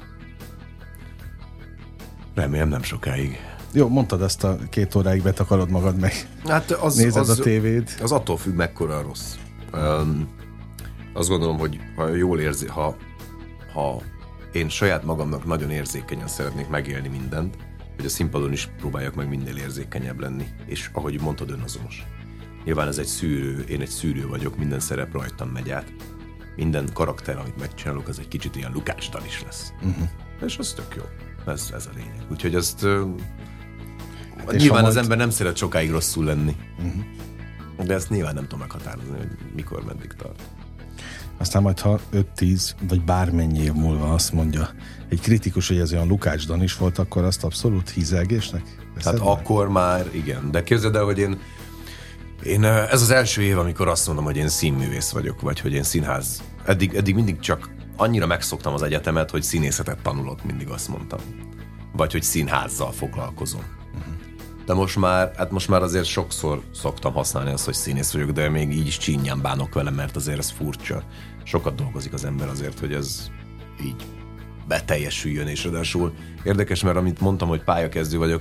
Remélem nem sokáig. Jó, mondtad ezt a 2 óráig betakarod magad meg. Hát nézed a tévét. Az attól függ, mekkora rossz. Azt gondolom, hogy ha jól érzi, ha én saját magamnak nagyon érzékenyen szeretnék megélni mindent, hogy a színpadon is próbáljak meg minél érzékenyebb lenni, és ahogy mondtad, önazonos. Nyilván ez egy szűrő, én egy szűrő vagyok, minden szerep rajtam megy át. Minden karakter, amit megcsinálok, az egy kicsit ilyen Lukács-tan is lesz. És az tök jó. Ez a lényeg. Úgyhogy azt nyilván az ember nem szeret sokáig rosszul lenni. De ezt nyilván nem tudom meghatározni, hogy mikor, meddig tart. Aztán majd, ha 5-10 vagy bármennyi év múlva azt mondja egy kritikus, hogy ez olyan Lukács-dan is volt, akkor azt abszolút hízelgésnek? Hát akkor már igen. De képzeld el, hogy én ez az első év, amikor azt mondom, hogy én színművész vagyok, vagy hogy én színház. Eddig mindig csak annyira megszoktam az egyetemet, hogy színészetet tanulok, mindig azt mondtam. Vagy hogy színházzal foglalkozom. De most már azért sokszor szoktam használni azt, hogy színész vagyok, de még így is csínyán bánok vele, mert azért ez furcsa. Sokat dolgozik az ember azért, hogy ez így beteljesüljön, és ráadásul érdekes, mert amit mondtam, hogy pályakezdő vagyok,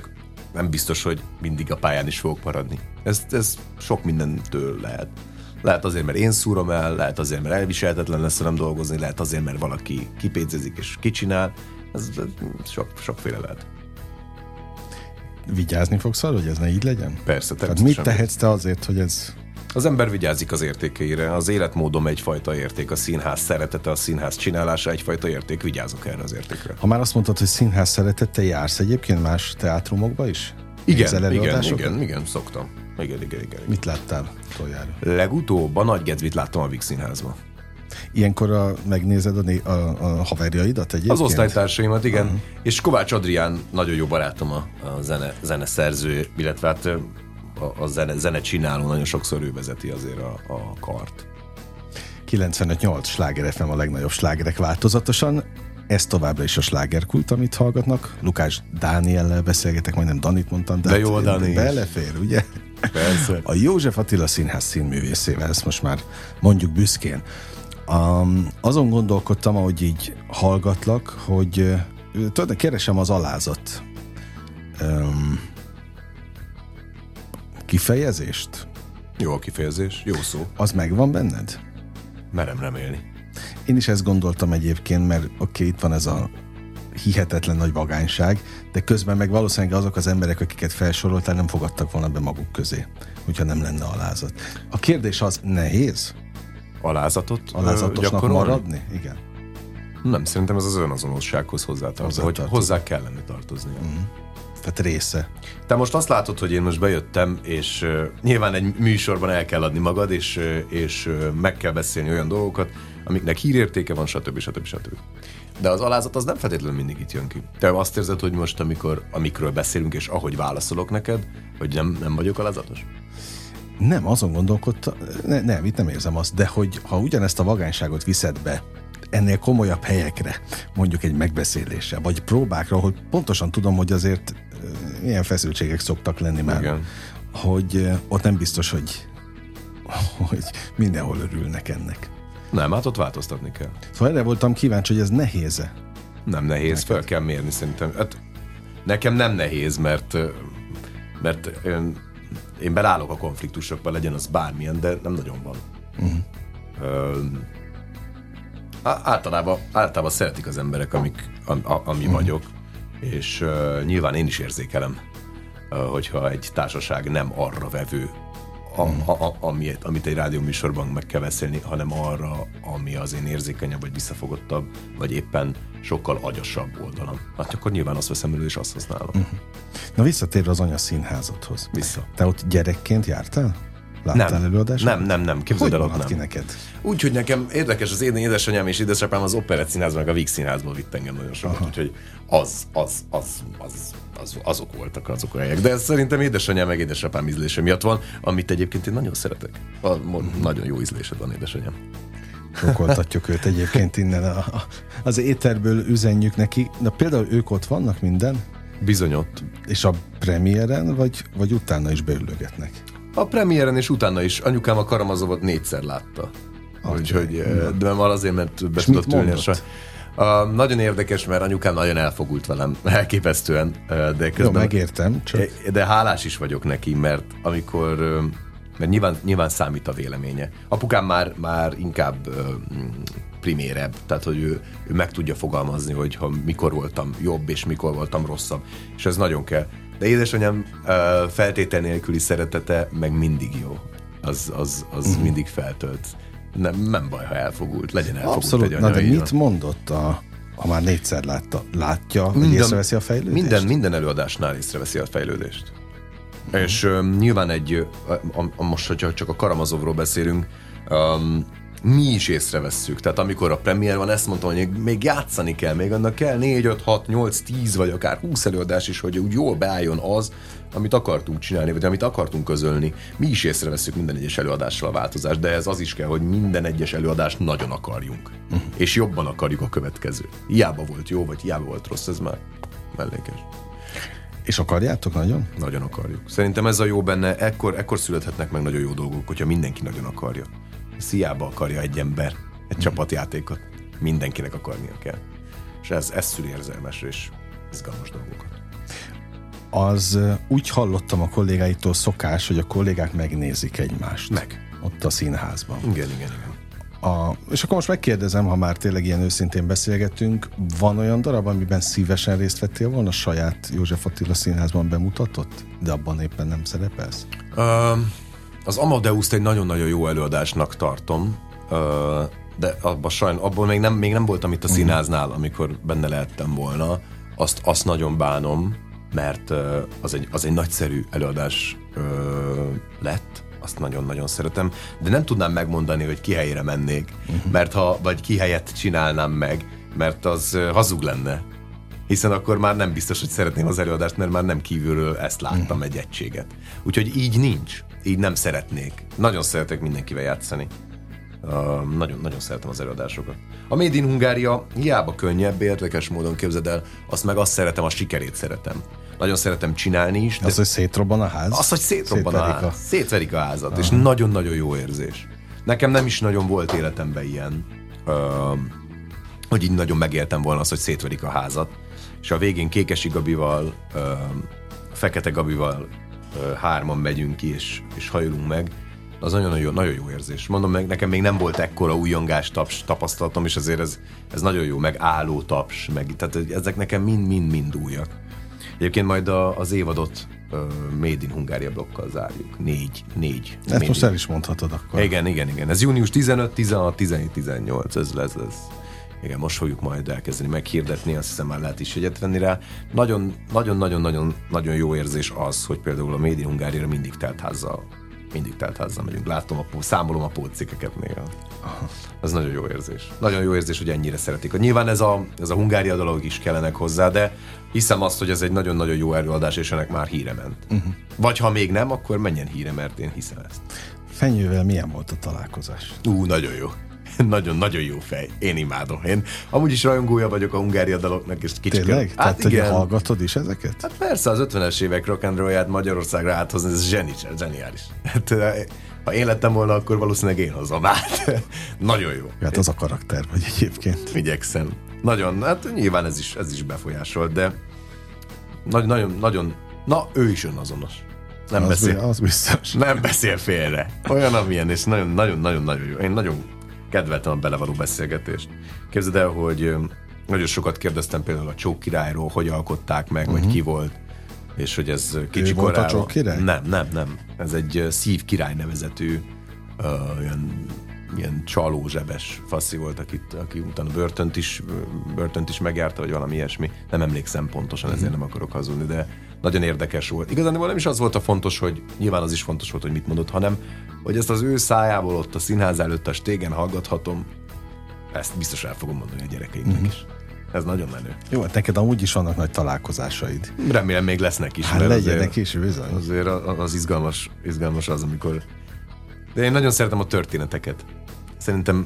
nem biztos, hogy mindig a pályán is fogok maradni. Ez sok mindentől lehet. Lehet azért, mert én szúrom el, lehet azért, mert elviselhetetlen lesz nem dolgozni, lehet azért, mert valaki kipécézik és kicsinál. Ez sokféle lehet. Vigyázni fogsz arra, hogy ez ne így legyen? Persze, tehát mit tehetsz te azért, hogy ez... Az ember vigyázik az értékeire. Az életmódom egyfajta érték, a színház szeretete, a színház csinálása egyfajta érték, vigyázok erre az értékre. Ha már azt mondtad, hogy színház szeretete, jársz egyébként más teátrumokba is? Igen, szoktam. Igen. Mit láttál utoljára? Legutóbb a Nagy Gedvit láttam a Víg Színházban. Ilyenkor megnézed a haverjaidat egyébként? Az osztálytársaimat, igen. És Kovács Adrián nagyon jó barátom a zeneszerző, illetve hát a zene csináló, nagyon sokszor ő vezeti azért a kart. 95.8 Sláger FM, a legnagyobb slágerek változatosan. Ez továbbra is a slágerkult, amit hallgatnak. Lukács Dániellel beszélgetek, majdnem Danit mondtam. De jó, Dani. Belefér, ugye? Persze. A József Attila Színház színművészével, ezt most már mondjuk büszkén. Azon gondolkodtam, ahogy így hallgatlak, hogy tudod, keresem az alázat kifejezést. Jó a kifejezés, jó szó. Az megvan benned? Merem remélni. Én is ezt gondoltam egyébként, mert oké, itt van ez a hihetetlen nagy vagányság, de közben meg valószínűleg azok az emberek, akiket felsoroltál, nem fogadtak volna be maguk közé, hogyha nem lenne alázat. A kérdés az, nehéz? Alázatosnak maradni? Igen. Nem, szerintem ez az önazonossághoz hozzátartozik, hogy hozzá kellene tartozni. Tehát része. Te most azt látod, hogy én most bejöttem, és nyilván egy műsorban el kell adni magad, és meg kell beszélni olyan dolgokat, amiknek hírértéke van, stb. De az alázat az nem feltétlenül mindig itt jön ki. Te azt érzed, hogy most, amikről beszélünk, és ahogy válaszolok neked, hogy nem vagyok alázatos? Nem, azon gondolkodtam, nem, itt nem érzem azt, de hogy ha ugyanezt a vagányságot viszed be ennél komolyabb helyekre, mondjuk egy megbeszélésre, vagy próbákra, ahol pontosan tudom, hogy azért ilyen feszültségek szoktak lenni már, igen, hogy ott nem biztos, hogy mindenhol örülnek ennek. Nem, hát ott változtatni kell. Szóval erre voltam kíváncsi, hogy ez nehéz-e? Nem nehéz, neked? Fel kell mérni szerintem. Hát, nekem nem nehéz, mert én belállok a konfliktusokba, legyen az bármilyen, de nem nagyon van. Általában szeretik az emberek, ami vagyok, és nyilván én is érzékelem, hogyha egy társaság nem arra vevő, amit egy rádióműsorban meg kell beszélni, hanem arra, ami az én érzékenyebb, vagy visszafogottabb, vagy éppen sokkal agyasabb oldalam. Hát akkor nyilván azt veszem elő, és azt használom. Na visszatérve az anyaszínházadhoz. Vissza. Te ott gyerekként jártál? Láttál előadást? Nem. Képzeld el, ott nem. Ki neked? Úgyhogy nekem érdekes, az én édesanyám és édesapám az Operett Színházban, meg a Víg Színházból vitt engem nagyon sokat, úgyhogy azok voltak azok a helyek. De ez szerintem édesanyám meg édesapám ízlése miatt van, amit egyébként én nagyon szeretek. Nagyon jó ízlésed van, édesanyám. Rokoltatjuk őt egyébként innen az éterből üzenjük neki. Na például ők ott vannak minden? Bizony ott. És a premiéren, vagy utána is beülögetnek? A premiéren és utána is. Anyukám a Karamazovot 4-szer látta. Úgyhogy, de már azért, mert be tudott ülni. Nagyon érdekes, mert anyukám nagyon elfogult velem, elképesztően. De közben, jó, megértem. Csak... De hálás is vagyok neki, mert nyilván számít a véleménye. Apukám már inkább primérebb, tehát hogy ő meg tudja fogalmazni, hogy mikor voltam jobb, és mikor voltam rosszabb. És ez nagyon kell. De édesanyám feltétel nélküli szeretete meg mindig jó. Az mindig feltölt. Nem baj, ha elfogult. Legyen elfogult. Abszolút. Na de mit mondott, ha már 4-szer látja, hogy észreveszi a fejlődést? Minden előadásnál észreveszi a fejlődést. És nyilván most, hogyha csak a Karamazovról beszélünk, mi is észrevesszük. Tehát amikor a premier van, ezt mondtam, hogy még játszani kell, még annak kell 4, 5, 6, 8, 10 vagy akár 20 előadás is, hogy úgy jól beálljon az, amit akartunk csinálni, vagy amit akartunk közölni. Mi is észrevesszük minden egyes előadással a változást, de ez az is kell, hogy minden egyes előadást nagyon akarjunk. És jobban akarjuk a következő. Hiába volt jó, vagy hiába volt rossz, ez már mellékes. És akarjátok nagyon? Nagyon akarjuk. Szerintem ez a jó benne, ekkor születhetnek meg nagyon jó dolgok, hogyha mindenki nagyon akarja. Hiába akarja egy ember egy csapatjátékot. Mindenkinek akarnia kell. És ez szül érzelmes és izgalmas dolgokat. az úgy hallottam a kollégáitól szokás, hogy a kollégák megnézik egymást. Ott a színházban. Igen. És akkor most megkérdezem, ha már tényleg ilyen őszintén beszélgetünk, van olyan darab, amiben szívesen részt vettél volna, saját József Attila Színházban bemutatott, de abban éppen nem szerepelsz? Az Amadeuszt egy nagyon-nagyon jó előadásnak tartom, de abból még nem voltam itt a színháznál, amikor benne lehettem volna. Azt nagyon bánom, mert az egy nagyszerű előadás lett, azt nagyon-nagyon szeretem, de nem tudnám megmondani, hogy ki helyére mennék, vagy ki helyet csinálnám meg, mert az hazug lenne. Hiszen akkor már nem biztos, hogy szeretném az előadást, mert már nem kívülről ezt láttam egy egységet. Úgyhogy így nincs, így nem szeretnék. Nagyon szeretek mindenkivel játszani. Nagyon szeretem az előadásokat. A Made in Hungária hiába könnyebb, érdekes módon képzeld el, azt szeretem, a sikerét szeretem. Nagyon szeretem csinálni is. Az, hogy szétrobban a ház? Az, hogy szétrobban a ház. Szétverik a házat, és nagyon-nagyon jó érzés. Nekem nem is nagyon volt életemben ilyen, hogy így nagyon megéltem volna azt, hogy szétverik a házat. És a végén Kékesi Gabival, Fekete Gabival hárman megyünk ki, és hajolunk meg. Az nagyon jó érzés. Mondom meg, nekem még nem volt ekkora újongás tapasztalatom, és azért ez nagyon jó, meg álló taps, tehát ezek nekem mind újak. Egyébként majd az évadot Made in Hungária blokkal zárjuk. Négy. Ezt most el is mondhatod akkor. Igen. Ez június 15, 16, 17, 18. Ez lesz. Igen, most fogjuk majd elkezdeni meghirdetni, azt hiszem már lehet is jegyet venni rá. Nagyon jó érzés az, hogy például a Made in Hungáriára mindig telt házzal megyünk. Számolom a pótcikeket néha. Ez nagyon jó érzés. Nagyon jó érzés, hogy ennyire szeretik. Nyilván ez a Hungária dolog is kellenek hozzá, de hiszem azt, hogy ez egy nagyon-nagyon jó előadás, és ennek már híre ment. Vagy ha még nem, akkor menjen híre, mert én hiszem ezt. Fenyővel milyen volt a találkozás? Nagyon jó. Nagyon jó fej. Én imádom. Én amúgy is rajongója vagyok a Hungária daloknak, és kicsit. Tényleg? Tehát, hogy hallgatod is ezeket? Hát persze, az 50-es évek rock and rollját Magyarországra áthozni, ez zseniális. Hát, ha én lettem volna, akkor valószínűleg én hozom át. Nagyon jó. Hát az a karakter vagy egyébként. Igyekszem. Nagyon, hát nyilván ez is befolyásolt, de nagyon, na, ő is önazonos. Nem beszél. Az biztos. Nem beszél félre. Olyan, amilyen, és nagyon jó. Én nagyon kedveltem a belevaló beszélgetést. Képzeld el, hogy nagyon sokat kérdeztem például a Csók királyról, hogy alkották meg, vagy ki volt, és hogy ez kicsi volt a Csók király? Nem. Ez egy Szív király nevezetű ilyen csaló zsebes faszi volt, aki utána börtönt is megjárta, vagy valami ilyesmi. Nem emlékszem pontosan, ezért nem akarok hazudni, de nagyon érdekes volt. Igazán nem is az volt a fontos, hogy nyilván az is fontos volt, hogy mit mondott, hanem hogy ezt az ő szájából ott a színház előtt a stégen hallgathatom, ezt biztos el fogom mondani a gyerekeinknek is. Ez nagyon menő. Jó, hát neked amúgy is vannak nagy találkozásaid. Remélem még lesznek is. Hát legyenek is, bizony. Azért az izgalmas az, amikor... De én nagyon szeretem a történeteket. Szerintem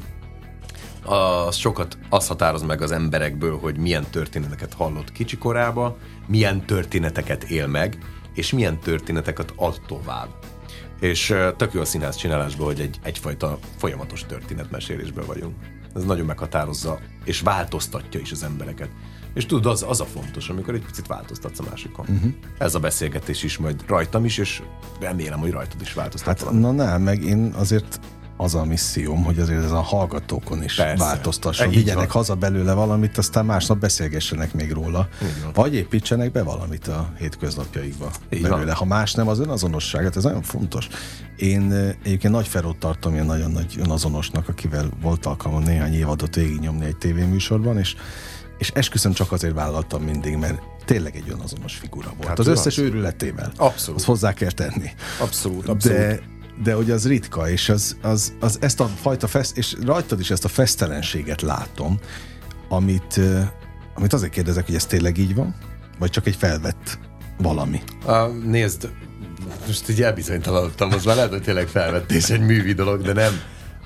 az határoz meg az emberekből, hogy milyen történeteket hallott kicsi korába, milyen történeteket él meg, és milyen történeteket ad tovább. És tök jó a színház csinálásból, hogy egyfajta folyamatos történetmesélésből vagyunk. Ez nagyon meghatározza, és változtatja is az embereket. És tudod, az a fontos, amikor egy picit változtatsz a másikon. Ez a beszélgetés is majd rajtam is, és remélem, hogy rajtad is változtat. Hát nem, meg én azért az a misszióm, hogy azért ez a hallgatókon is változtasson. Vigyenek haza belőle valamit, aztán másnap beszélgessenek még róla. Vagy építsenek be valamit a hétköznapjaikba belőle. Ha más nem, az önazonosságát, ez nagyon fontos. Én egyébként Nagy Ferót tartom ilyen nagyon nagy önazonosnak, akivel volt alkalmam néhány évadot végignyomni egy tévéműsorban, és esküszöm csak azért vállaltam mindig, mert tényleg egy önazonos figura volt. Hát az összes őrületével. Abszolút. Azt hozzá kell tenni. Abszolút. De hogy az ritka, és az ezt a fajta és rajtad is ezt a fesztelenséget látom, amit azért kérdezek, hogy ez tényleg így van? Vagy csak egy felvett valami? Nézd, most így elbizonytalanodtam, most már lehet, hogy tényleg felvettés egy művi dolog, de nem.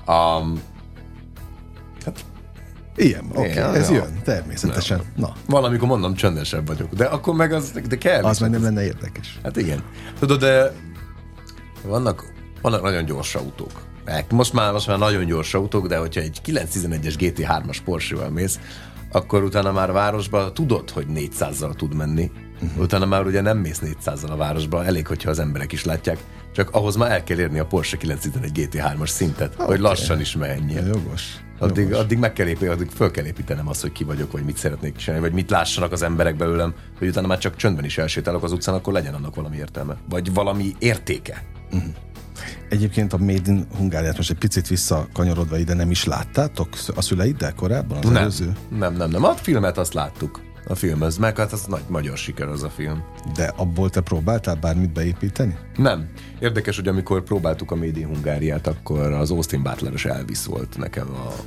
Ilyen, ez jön, természetesen. Na. Valamikor mondom, csöndesebb vagyok, de akkor meg de kell. Az meg nem lenne érdekes. Hát igen. Tudod, de vannak nagyon gyors autók. Most már nagyon gyors autók, de hogyha egy 911-es GT3-as Porsche-val mész, akkor utána már városba tudod, hogy 400-zal tud menni. Utána már ugye nem mész 400-zal a városba, elég, hogyha az emberek is látják, csak ahhoz már el kell érni a Porsche 911 GT3-as szintet, hogy lassan is menjél. Jogos. Addig meg kell építeni, addig föl kell építenem azt, hogy ki vagyok, vagy mit szeretnék csinálni, vagy mit lássanak az emberek belőlem, hogy utána már csak csöndben is elsétálok az utcán, akkor legyen annak valami értelme, vagy valami értéke. Egyébként a Made in Hungáriát most egy picit visszakanyarodva ide nem is láttátok a szüleiddel korábban? Az előző? Nem. A filmet azt láttuk. A film az meg, hát az nagy magyar siker az a film. De abból te próbáltál bármit beépíteni? Nem. Érdekes, hogy amikor próbáltuk a Made in Hungáriát, akkor az Austin Butler-es Elvis volt nekem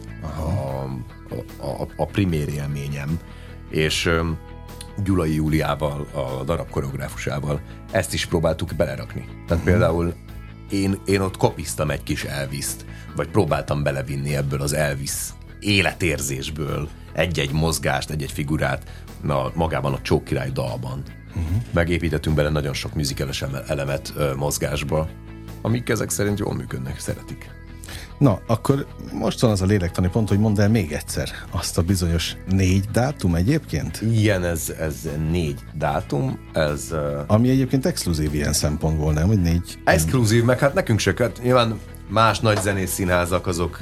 a primér élményem. És Gyulai Júliával, a darab koreográfusával ezt is próbáltuk belerakni. Tehát például én ott kopiztam egy kis Elvist, vagy próbáltam belevinni ebből az Elvis életérzésből egy-egy mozgást, egy-egy figurát magában a Csók király dalban. Megépítettünk bele nagyon sok musicales elemet mozgásba, amik ezek szerint jól működnek, szeretik. Na, akkor most van az a lélektani pont, hogy mondd el még egyszer azt a bizonyos 4 dátum egyébként? Igen, ez 4 dátum, ez... Ami egyébként exkluzív ilyen szempontból, nem? Hogy 4... Exkluzív, meg hát nekünk se, hát nyilván más nagy zenész színházak azok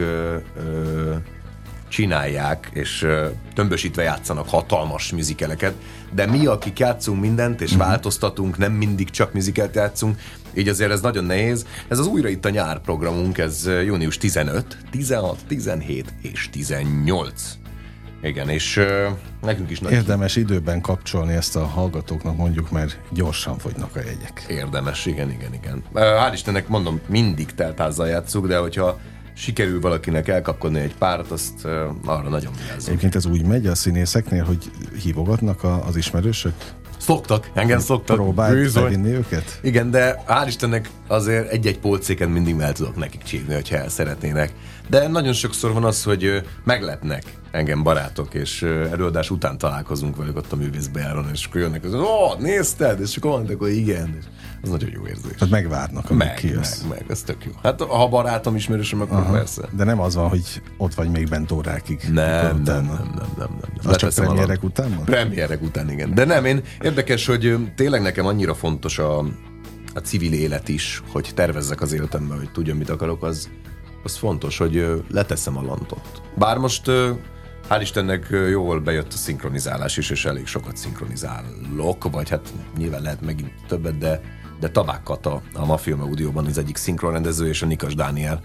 csinálják, és tömbösítve játszanak hatalmas musicaleket, de mi, akik játszunk mindent, és változtatunk, nem mindig csak musicalt játszunk, így azért ez nagyon nehéz. Ez az Újra itt a nyár programunk, ez június 15, 16, 17 és 18. Igen, és nekünk is nagy... Érdemes időben kapcsolni ezt a hallgatóknak, mondjuk, mert gyorsan fogynak a jegyek. Érdemes, igen. Hál' Istennek mondom, mindig teltházzal játszunk, de hogyha sikerül valakinek elkapkodni egy párat, azt arra nagyon vigyázzunk. Egyébként ez úgy megy a színészeknél, hogy hívogatnak az ismerősök? Engem szoktak. Próbálj bevinni őket? Igen, de hál' Istennek azért egy-egy polcéken mindig el tudok nekik csípni, hogyha el szeretnének. De nagyon sokszor van az, hogy meglepnek engem barátok, és előadás után találkozunk velük ott a művészbejáron, és akkor jönnek, hogy nézted? És akkor mondták, hogy igen. Az nagyon jó érzés. Tehát megvárnak, amíg kijössz. Meg, ez tök jó. Hát ha barátom, ismerősöm, akkor persze. De nem az van, hogy ott vagy még bent órákig. Nem. Az csak premierek után van? Premierek után, igen. De nem, érdekes, hogy tényleg nekem annyira fontos a civil élet is, hogy tervezzek az életemben, hogy tudjam, mit akarok, az fontos, hogy leteszem a lantot. Bár most hál' Istennek jól bejött a szinkronizálás is, és elég sokat szinkronizálok, vagy hát nyilván lehet megint többet, de Tabák Kata a Mafilm Audióban az egyik szinkronrendező, és a Nikas Dániel,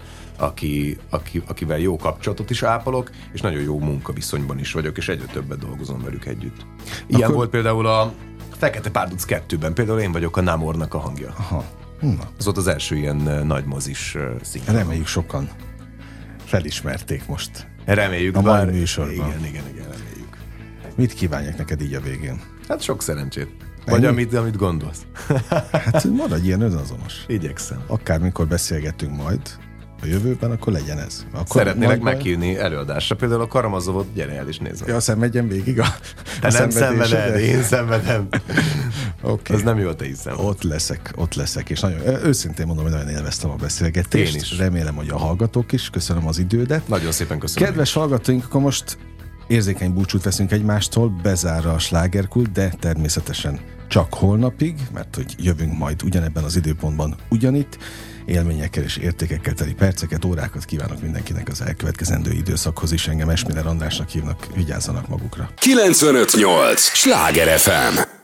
akivel jó kapcsolatot is ápolok, és nagyon jó munkaviszonyban is vagyok, és egyre többet dolgozom velük együtt. Ilyen volt például a Fekete Párduc 2-ben, például én vagyok a Námornak a hangja. Aha. Na. Ez volt az első ilyen nagy mozis szinkron. Reméljük sokan felismerték most. Reméljük. A mai műsorban. Igen, reméljük. Mit kívánjak neked így a végén? Hát sok szerencsét. Vagy amit gondolsz. Hát maradj ilyen önazonos. Igyekszem. Akármikor beszélgetünk majd a jövőben, akkor legyen ez. Akkor szeretnélek meghívni előadásra. Például a Karamazovot, gyere el és nézd meg. Ja, szenvedjen végig Te nem szenveded, én szenvedem. Okay. Ez nem jó, te is szenved. Ott leszek, és nagyon őszintén mondom, hogy nagyon élveztem a beszélgetést. Én is. Remélem, hogy a hallgatók is. Köszönöm az idődet. Nagyon szépen köszönöm. Kedves hallgatóink, akkor most érzékeny búcsút veszünk egymástól, bezárva a slágerkult, de természetesen csak holnapig, mert hogy jövünk majd ugyanebben az időpontban ugyanitt. Élményekkel és értékekkel teli perceket, órákat kívánok mindenkinek az elkövetkezendő időszakhoz is. Engem Esmiller Andrásnak hívnak, vigyázzanak magukra. 95.8 Sláger FM.